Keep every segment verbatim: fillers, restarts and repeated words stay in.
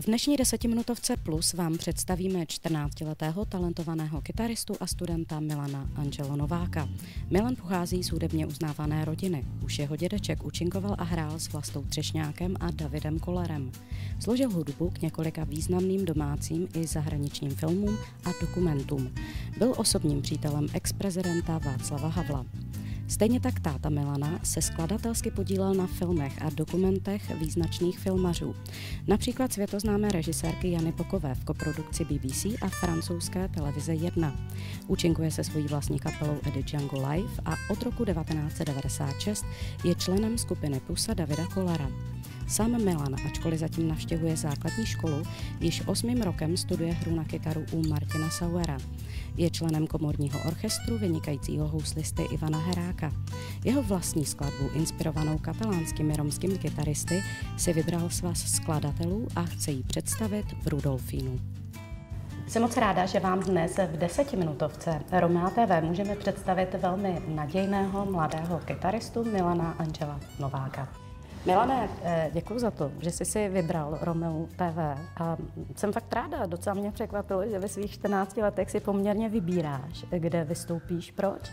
dnešní desetiminutovce plus vám představíme čtrnáctiletého talentovaného kytaristu a studenta Milana Angela Nováka. Milan pochází z hudebně uznávané rodiny. Už jeho dědeček účinkoval a hrál s Vlastou Třešňákem a Davidem Kollerem. Složil hudbu k několika významným domácím i zahraničním filmům a dokumentům. Byl osobním přítelem ex-prezidenta Václava Havla. Stejně tak táta Milana se skladatelsky podílel na filmech a dokumentech význačných filmařů. Například světoznámé režisérky Jany Pokové v koprodukci B B C a francouzské televize jedna. Účinkuje se svojí vlastní kapelou Edit Django Live a od roku devatenáct set devadesát šest je členem skupiny Pusa Davida Kollera. Sám Milan, ačkoliv zatím navštěvuje základní školu, již osmým rokem studuje hru na kytaru u Martina Sauera. Je členem komorního orchestru vynikajícího houslisty Ivana Heráka. Jeho vlastní skladbu, inspirovanou katalánskými romskými kytaristy, si vybral svaz skladatelů a chce ji představit v Rudolfínu. Jsem moc ráda, že vám dnes v desetiminutovce Romea T V můžeme představit velmi nadějného mladého kytaristu Milana Angela Nováka. Milane, děkuji za to, že jsi si vybral Romeu T V a jsem fakt ráda, docela mě překvapilo, že ve svých čtrnácti letech si poměrně vybíráš, kde vystoupíš, proč?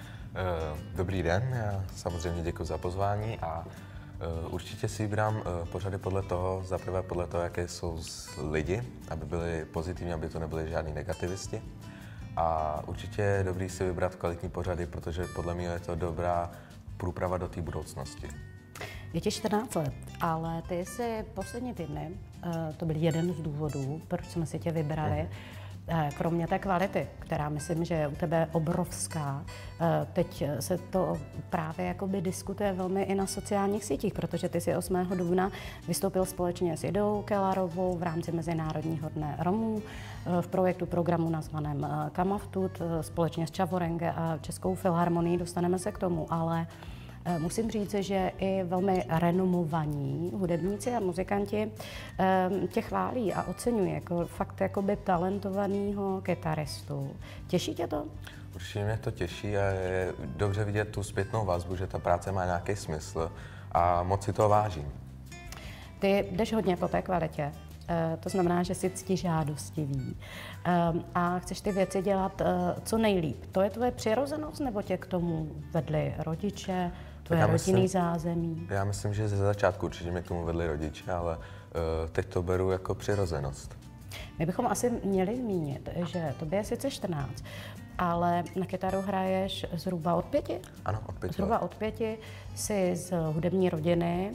Dobrý den, já samozřejmě děkuji za pozvání a určitě si vybírám pořady podle toho, zaprvé podle toho, jaké jsou lidi, aby byli pozitivní, aby to nebyli žádní negativisti. A určitě je dobrý si vybrat kvalitní pořady, protože podle mě je to dobrá průprava do té budoucnosti. Je ti čtrnáct let, ale ty jsi poslední týdny, to byl jeden z důvodů, proč jsme si tě vybrali, kromě té kvality, která myslím, že je u tebe obrovská. Teď se to právě jakoby diskutuje velmi i na sociálních sítích, protože ty si osmého dubna vystoupil společně s Idou Kellarovou v rámci Mezinárodního dne Romů v projektu programu nazvaném Kamavtut společně s Čavorenge a Českou filharmonií, dostaneme se k tomu, ale musím říct, že i velmi renomovaní hudebníci a muzikanti tě chválí a oceňují jako fakt jakoby talentovaného kytaristu. Těší tě to? Určitě mě to těší a je dobře vidět tu zpětnou vazbu, že ta práce má nějaký smysl a moc si to vážím. Ty jdeš hodně po té kvalitě. To znamená, že jsi ctižádostivý a chceš ty věci dělat co nejlíp. To je tvoje přirozenost, nebo tě k tomu vedli rodiče, tvoje rodinný zázemí? Já myslím, že ze začátku určitě mě k tomu vedli rodiče, ale teď to beru jako přirozenost. My bychom asi měli zmínit, že tobě je sice čtrnáct, ale na kytaru hraješ zhruba od pěti? Ano, od pěti. Zhruba od pěti, jsi z hudební rodiny,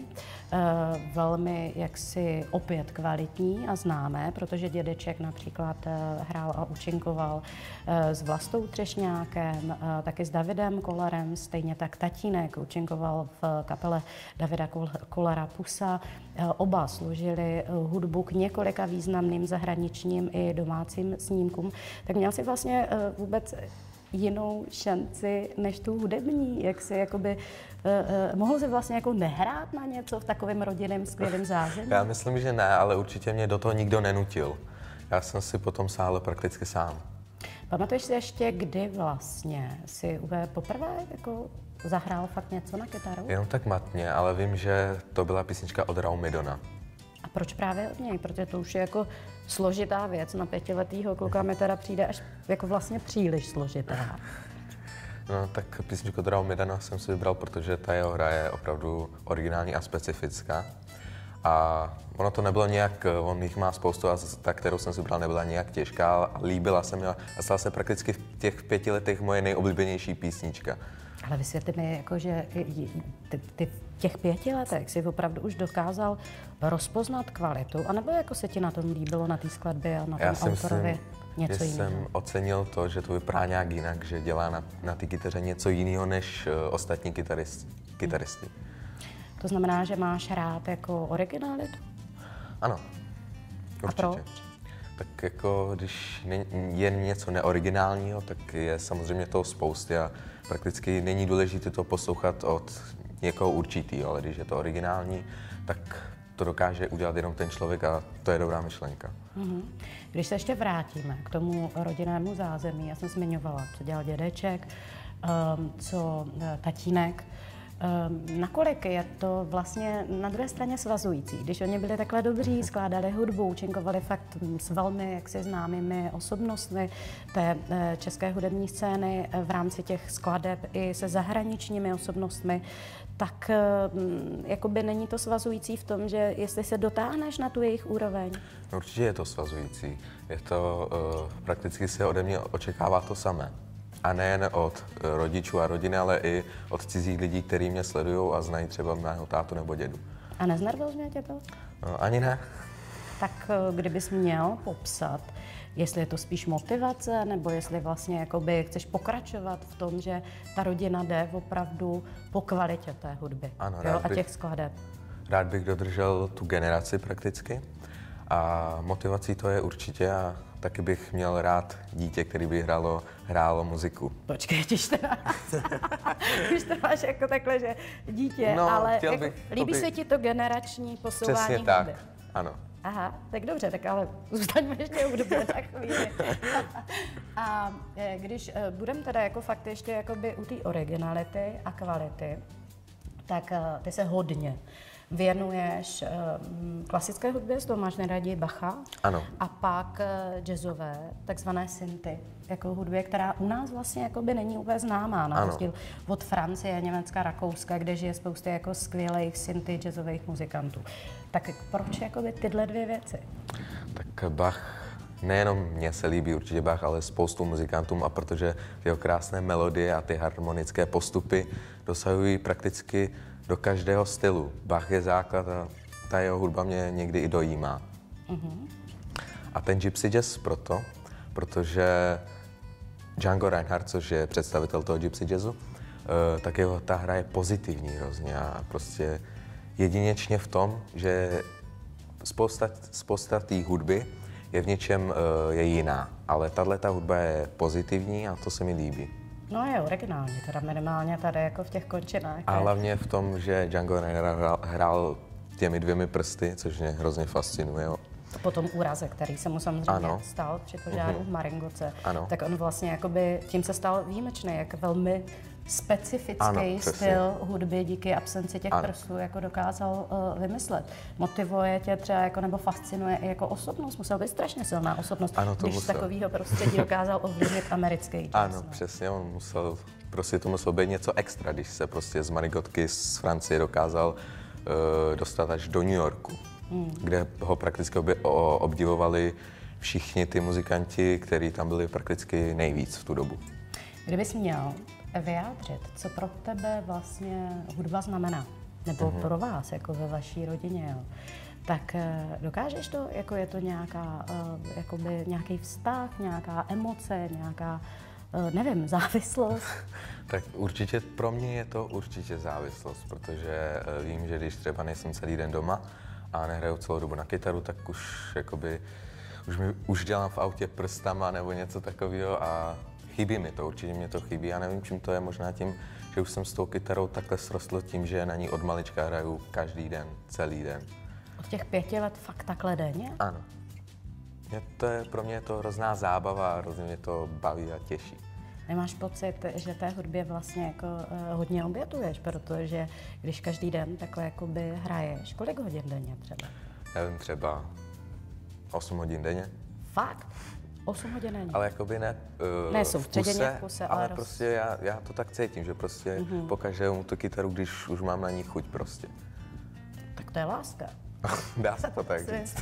velmi jaksi opět kvalitní a známé, protože dědeček například hrál a účinkoval s Vlastou Třešňákem, taky s Davidem Kollerem, stejně tak tatínek účinkoval v kapele Davida Kollera Pusa. Oba složili hudbu k několika významným zahraničním i domácím snímkům. Tak měl si vlastně vůbec jinou šanci než tu hudební, jak si jakoby, uh, mohl si vlastně jako nehrát na něco v takovém rodinném skvělém zázemí? Já myslím, že ne, ale určitě mě do toho nikdo nenutil. Já jsem si potom sáhl prakticky sám. Pamatuješ si ještě, kdy vlastně si poprvé jako zahrál fakt něco na kytaru? Jenom tak matně, ale vím, že to byla písnička od Raumidona. A proč právě od něj? Protože to už je jako složitá věc. Na pětiletýho kluka mi teda přijde až jako vlastně příliš složitá. No tak písničku od Raumidona jsem si vybral, protože ta jeho hra je opravdu originální a specifická. A ono to nebylo nějak, on jich má spoustu a ta, kterou jsem si vybral, nebyla nějak těžká, ale líbila se mi a stala se prakticky v těch pěti letech moje nejoblíbenější písnička. Ale vysvětli mi, jako, že ty, ty v těch pěti letech si opravdu už dokázal rozpoznat kvalitu, anebo jako se ti na tom líbilo, na té skladbě a na tom autorovi něco jiného? Já jsem ocenil to, že to vypadá nějak jinak, že dělá na, na té kytaře něco jiného než uh, ostatní kytarist, kytaristy. To znamená, že máš rád jako originalitu? Ano, určitě. A proč? Tak jako, když je něco neoriginálního, tak je samozřejmě toho spousty a prakticky není důležité to poslouchat od někoho určitého, ale když je to originální, tak to dokáže udělat jenom ten člověk a to je dobrá myšlenka. Mm-hmm. Když se ještě vrátíme k tomu rodinnému zázemí, já jsem zmiňovala, co dělal dědeček, um, co tatínek, Nakolik je to vlastně na druhé straně svazující? Když oni byli takhle dobří, skládali hudbu, účinkovali fakt s velmi jaksi známými osobnostmi té české hudební scény v rámci těch skladeb i se zahraničními osobnostmi, tak jakoby není to svazující v tom, že jestli se dotáhneš na tu jejich úroveň? No, určitě je to svazující. Je to, uh, prakticky se ode mě očekává to samé. A nejen od rodičů a rodiny, ale i od cizích lidí, kteří mě sledují a znají třeba mého tátu nebo dědu. A neznervozňuje tě to? No, ani ne. Tak kdybys měl popsat, jestli je to spíš motivace, nebo jestli vlastně jakoby chceš pokračovat v tom, že ta rodina jde opravdu po kvalitě té hudby, ano, jo, a bych, těch skladeb. Rád bych dodržel tu generaci prakticky a motivací to je určitě a taky bych měl rád dítě, který by hrálo, hrálo muziku. Počkej, když to, když to máš jako takhle, že dítě, no, ale jako, bych, líbí by... se ti to generační posouvání Přesně hudby? tak, ano. Aha, tak dobře, tak ale zůstaňme ještě u doby na chvíli. A když budeme teda jako fakt ještě jakoby u té originality a kvality, tak ty se hodně věnuješ um, klasické hudbě, z toho máš nejraději Bacha. Ano. A pak uh, jazzové, takzvané synty, jako hudbě, která u nás vlastně jakoby není úplně známá, na rozdíl od Francie, Německa, Rakouska, kde žije spousty jako skvělých synty jazzových muzikantů. Tak proč jakoby tyhle dvě věci? Tak Bach, nejenom mně se líbí určitě Bach, ale spoustu muzikantům, a protože jeho krásné melodie a ty harmonické postupy dosahují prakticky do každého stylu. Bach je základ a ta jeho hudba mě někdy i dojímá. Mm-hmm. A ten gypsy jazz proto, protože Django Reinhardt, což je představitel toho gypsy jazzu, tak jeho ta hra je pozitivní hrozně a prostě jedinečně v tom, že spousta, spousta té hudby je v něčem je jiná, ale tato hudba je pozitivní a to se mi líbí. No je originální, teda minimálně tady jako v těch končinách. A hlavně v tom, že Django Reinhardt hrál, hrál těmi dvěmi prsty, což mě hrozně fascinuje. Po tom úraze, který se mu samozřejmě ano. stal při požáru v Maringoce, ano. tak on vlastně jakoby tím se stal výjimečný, jak velmi specifický ano, styl hudby díky absenci těch ano. prstů jako dokázal uh, vymyslet. Motivuje tě třeba jako, nebo fascinuje i jako osobnost, musel být strašně silná osobnost, ano, když z takového prostředí dokázal ovlivnit americký jazz. Ano, no. Přesně, on musel, prostě to muselo být něco extra, když se prostě z Marigotky z Francie dokázal uh, dostat až do New Yorku, hmm. kde ho prakticky oby, o, obdivovali všichni ty muzikanti, kteří tam byli prakticky nejvíc v tu dobu. Kdybys měl vyjádřit, co pro tebe vlastně hudba znamená, nebo mm-hmm. pro vás, jako ve vaší rodině, jo, tak dokážeš to, jako je to nějaká, jakoby nějaký vztah, nějaká emoce, nějaká, nevím, závislost? Tak určitě pro mě je to určitě závislost, protože vím, že když třeba nejsem celý den doma a nehraju celou dobu na kytaru, tak už jakoby, už, mi, už dělám v autě prstama nebo něco takového a chybí mi to, určitě mě to chybí. Já nevím, čím to je, možná tím, že už jsem s tou kytarou takhle srostl tím, že na ní od malička hraju každý den, celý den. Od těch pěti let fakt takhle denně? Ano. Mě to je, pro mě je to hrozná zábava a hrozně mě to baví a těší. Nemáš pocit, že té hudbě vlastně jako uh, hodně obětuješ, protože když každý den takhle jakoby hraješ, kolik hodin denně třeba? Nevím, třeba osm hodin denně. Fakt? osm hodin denně? Ale jakoby ne uh, ne v kuse, v kuse ale, ale roz... prostě já, já to tak cítím, že prostě mm-hmm. pokaždé mu tu kytaru, když už mám na ní chuť prostě. Tak to je láska. Dá se to tak říct.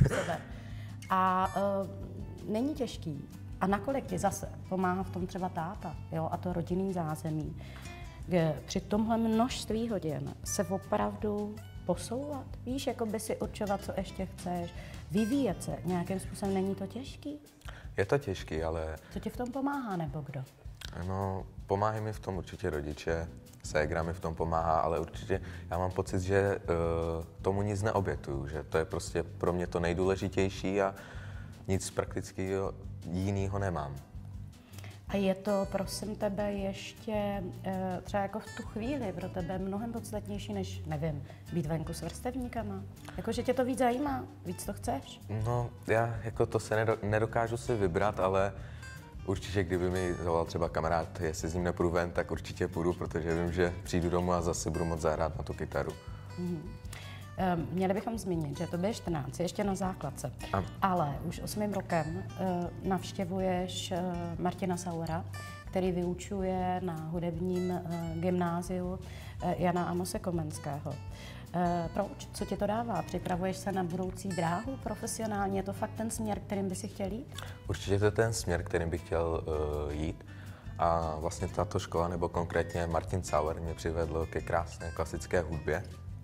A uh, není těžký. A nakolik ti zase pomáhá v tom třeba táta, jo, a to rodinný zázemí, kde při tomhle množství hodin se opravdu posouvat, víš, jako by si určovat, co ještě chceš, vyvíjet se nějakým způsobem, není to těžký? Je to těžký, ale... Co ti v tom pomáhá, nebo kdo? No, pomáhají mi v tom určitě rodiče, ségra mi v tom pomáhá, ale určitě já mám pocit, že uh, tomu nic neobětuju, že to je prostě pro mě to nejdůležitější a nic prakticky jinýho nemám. A je to, prosím tebe, ještě e, třeba jako v tu chvíli pro tebe mnohem podstatnější, než, nevím, být venku s vrstevníkama? Jako, že tě to víc zajímá? Víc to chceš? No, já jako to se nedo, nedokážu si vybrat, ale Určitě, kdyby mi zavolal třeba kamarád, jestli s ním nepůjdu ven, tak určitě půjdu, protože vím, že přijdu domů a zase budu moct zahrát na tu kytaru. Mm-hmm. Měli bychom zmínit, že to je čtrnáct, ještě na základce, ano. Ale už osmým rokem uh, navštěvuješ uh, Martina Sauera, který vyučuje na hudebním uh, gymnáziu uh, Jana Amose Komenského. Uh, proč? Co ti to dává? Připravuješ se na budoucí dráhu profesionálně? Je to fakt ten směr, kterým by si chtěl jít? Určitě to je ten směr, kterým bych chtěl uh, jít. A vlastně tato škola, nebo konkrétně Martin Sauer, mě přivedl ke krásné klasické hudbě.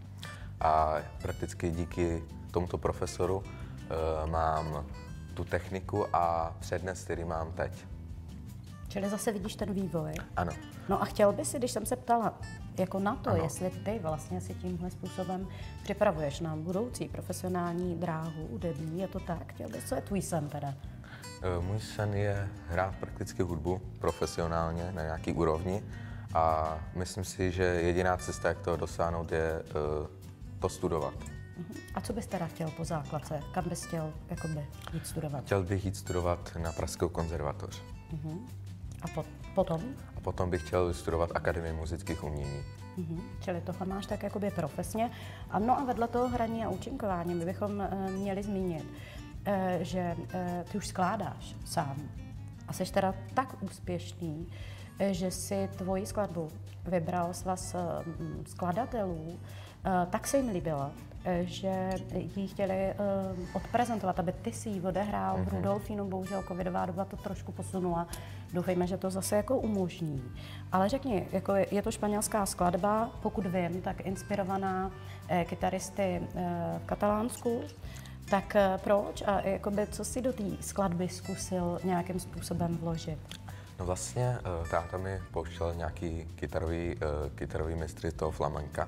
A prakticky díky tomuto profesoru uh, mám tu techniku a přednes, který mám teď. Čili zase vidíš ten vývoj? Ano. No a chtěl by si, když jsem se ptala jako na to, ano. jestli ty vlastně si tímhle způsobem připravuješ na budoucí profesionální dráhu hudební, je to tak? Chtěl bys, co je tvůj sen teda? Uh, můj sen je hrát prakticky hudbu profesionálně na nějaký úrovni a myslím si, že jediná cesta, jak toho dosáhnout, je uh, to studovat. A co bys teda chtěl po základce? Kam bys chtěl jakoby, jít studovat? Chtěl bych jít studovat na Pražskou konzervatoř. Uh-huh. A po, potom? A potom bych chtěl studovat Akademii muzických umění. Uh-huh. Čili tohle máš tak jakoby profesně. A no a vedle toho hraní a účinkování my bychom uh, měli zmínit, uh, že uh, ty už skládáš sám. A jsi teda tak úspěšný, uh, že si tvoji skladbu vybral svaz uh, skladatelů, Uh, tak se jim líbila, uh, že ji chtěli uh, odprezentovat, aby ty si ji odehrál mm-hmm. v Rudolfínu. Bohužel covidová doba to trošku posunula. Doufejme, že to zase jako umožní. Ale řekni, jako je, je to španělská skladba, pokud vím, tak inspirovaná uh, kytaristy uh, v Katalánsku. Tak uh, proč a jakoby, co si do té skladby zkusil nějakým způsobem vložit? No vlastně uh, táta mi pouštěl nějaký kytarový, uh, kytarový mistry toho flamenka.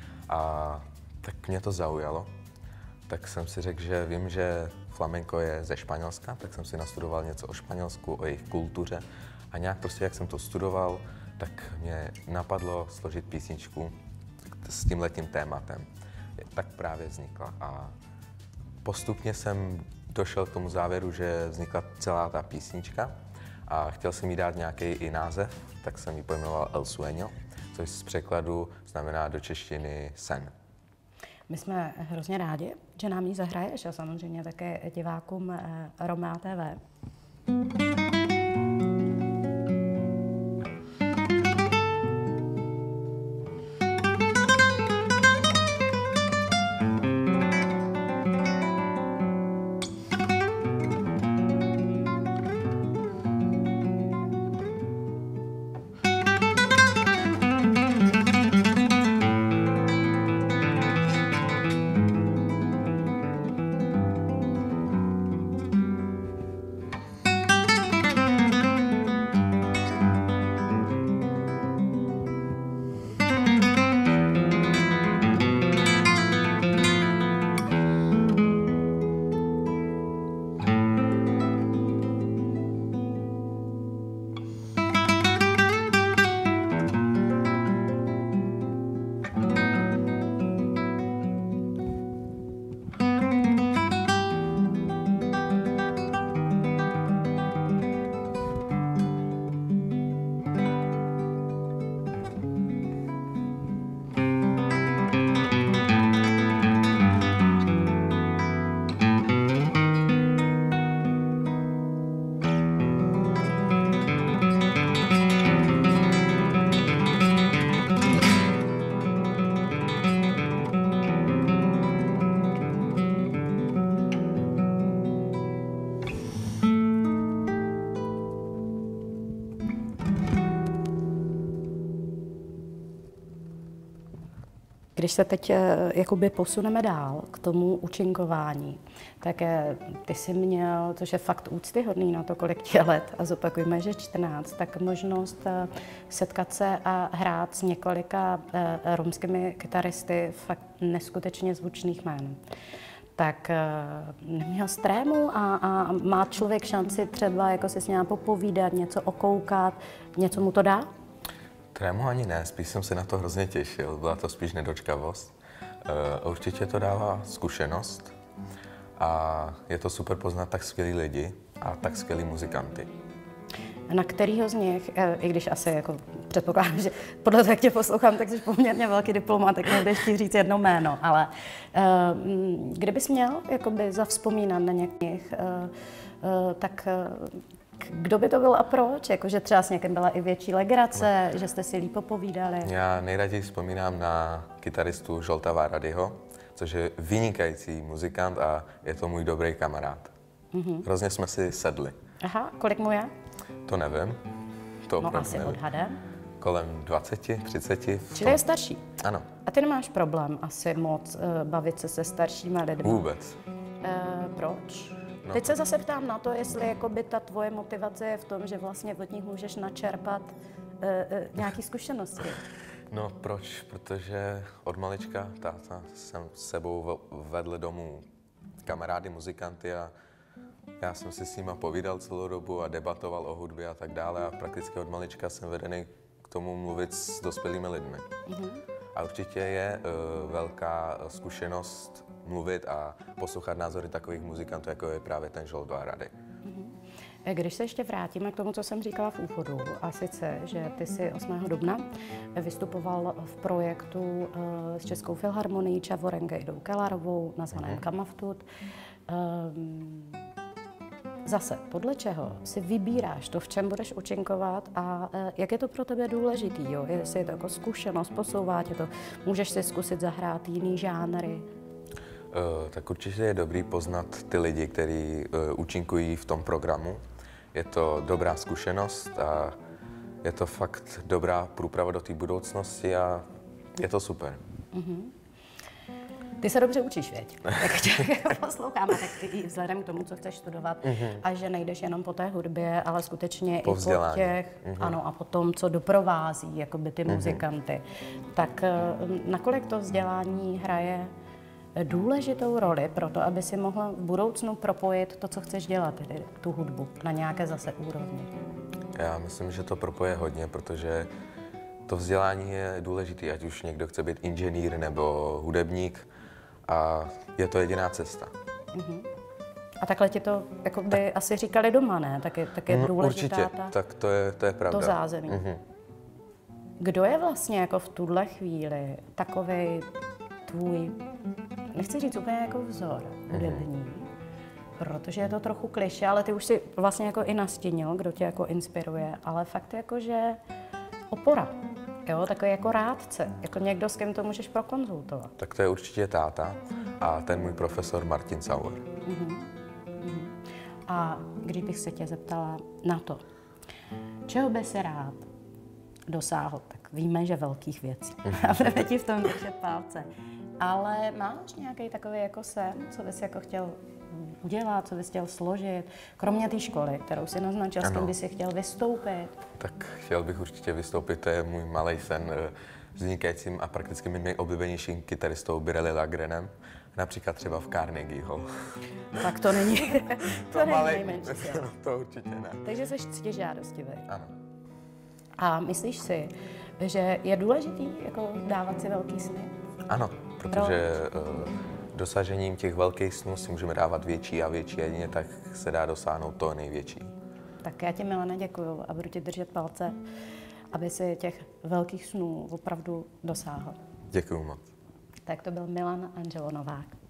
A tak mě to zaujalo, tak jsem si řekl, že vím, že flamenko je ze Španělska, tak jsem si nastudoval něco o Španělsku, o jejich kultuře a nějak prostě, jak jsem to studoval, tak mě napadlo složit písničku s tímhletím tématem. Tak právě vznikla a postupně jsem došel k tomu závěru, že vznikla celá ta písnička a chtěl jsem jí dát nějaký i název, tak jsem ji pojmenoval El Sueño, což z překladu znamená do češtiny sen. My jsme hrozně rádi, že nám ji zahraješ a samozřejmě také divákům Romea T V. Když se teď jakoby posuneme dál k tomu účinkování, tak ty jsi měl, což je fakt úctyhodný na to, kolik tě let, a zopakujme, že čtrnáct, tak možnost setkat se a hrát s několika romskými kytaristy fakt neskutečně zvučných jmén. Tak neměl strému a, a má člověk šanci třeba jako si s ním popovídat, něco okoukat, něco mu to dá? Trému ani ne, spíš jsem se na to hrozně těšil, byla to spíš nedočkavost. Uh, určitě to dává zkušenost a je to super poznat tak skvělý lidi a tak skvělý muzikanty. Na kterýho z nich, i když asi jako předpokládám, že podle toho, jak tě poslouchám, tak jsi poměrně velký diplomat, tak nebudeš ti říct jedno jméno, ale uh, kdybys měl jakoby zavzpomínat na některých, uh, uh, tak uh, kdo by to byl a proč? Jako, že třeba s někým byla i větší legrace, no. Že jste si líp povídali? Já nejraději vzpomínám na kytaristu Žoltava Radyho, což je vynikající muzikant a je to můj dobrý kamarád. Mm-hmm. Hrozně jsme si sedli. Aha, kolik mu je? To nevím. To no asi nevím. Odhadem? Kolem dvaceti, třiceti. Čili je starší? Ano. A ty nemáš problém asi moc uh, bavit se se staršími lidmi? Vůbec. Uh, proč? No. Teď se zase ptám na to, jestli jakoby ta tvoje motivace je v tom, že vlastně od nich můžeš načerpat uh, uh, nějaké zkušenosti. No proč? Protože od malička táta jsem s sebou vedl domů kamarády, muzikanty a já jsem si s nima povídal celou dobu a debatoval o hudbě a tak dále a prakticky od malička jsem vedený k tomu mluvit s dospělými lidmi. Mm-hmm. A určitě je uh, velká zkušenost mluvit a poslouchat názory takových muzikantů, jako je právě ten Žolta Rady. Mm-hmm. Když se ještě vrátíme k tomu, co jsem říkala v úvodu, a sice, že ty si osmého dubna vystupoval v projektu uh, s Českou filharmonií Čavorengejdou Kellarovou nazvaném mm-hmm. Kamaftut. Um, Zase, podle čeho si vybíráš to, v čem budeš účinkovat a jak je to pro tebe důležitý, jo? Jestli je to jako zkušenost, posouvá tě to, můžeš si zkusit zahrát jiný žánry? Uh, tak určitě je dobrý poznat ty lidi, kteří uh, účinkují v tom programu. Je to dobrá zkušenost a je to fakt dobrá průprava do té budoucnosti a je to super. Mm-hmm. Ty se dobře učíš, věď? Tak tě posloucháme, tak ty i vzhledem k tomu, co chceš studovat mm-hmm. a že nejdeš jenom po té hudbě, ale skutečně po i po těch, mm-hmm. ano, a po tom, co doprovází jakoby ty mm-hmm. muzikanty. Tak nakolik to vzdělání hraje důležitou roli pro to, aby si mohla v budoucnu propojit to, co chceš dělat, tedy tu hudbu, na nějaké zase úrovni? Já myslím, že to propoje hodně, protože to vzdělání je důležité, ať už někdo chce být inženýr nebo hudebník, a je to jediná cesta. Uh-huh. A takhle ti to jako by tak, asi říkali doma, ne? Tak je, tak je no, důležitá určitě, ta, tak to je, to je pravda. To zázemí. Uh-huh. Kdo je vlastně jako v tuhle chvíli takovej tvůj, nechci říct úplně jako vzor hudební, uh-huh. protože je to trochu klišé, ale ty už si vlastně jako i nastínil, kdo tě jako inspiruje, ale fakt jako, že opora. Jo, takový jako rádce, jako někdo, s kým to můžeš prokonzultovat. Tak to je určitě táta a ten můj profesor Martin Sauer. Uh-huh. Uh-huh. A když bych se tě zeptala na to, čeho by si rád dosáhl, tak víme, že velkých věcí. Uh-huh. A budeme ti v tom držet palce. Ale máš nějaký takový jako sen, co bys jako chtěl udělat, co bys chtěl složit, kromě té školy, kterou si naznačil, s kým bys si chtěl vystoupit? Tak chtěl bych určitě vystoupit, to je můj malý sen s vynikajícím a prakticky mým nejoblíbenějším kytaristou Birelli Lagrenem, například třeba v Carnegie Hall. Tak to není, to, to není nejmenší. To určitě ne. Takže jsi ctižádostivý. Ano. A myslíš si, že je důležitý jako dávat si velký sny? Ano, protože uh, dosažením těch velkých snů si můžeme dávat větší a větší, jedině tak se dá dosáhnout toho největší. Tak já ti, Milane, děkuju a budu ti držet palce, aby si těch velkých snů opravdu dosáhl. Děkuju moc. Tak to byl Milan Angelo Novák.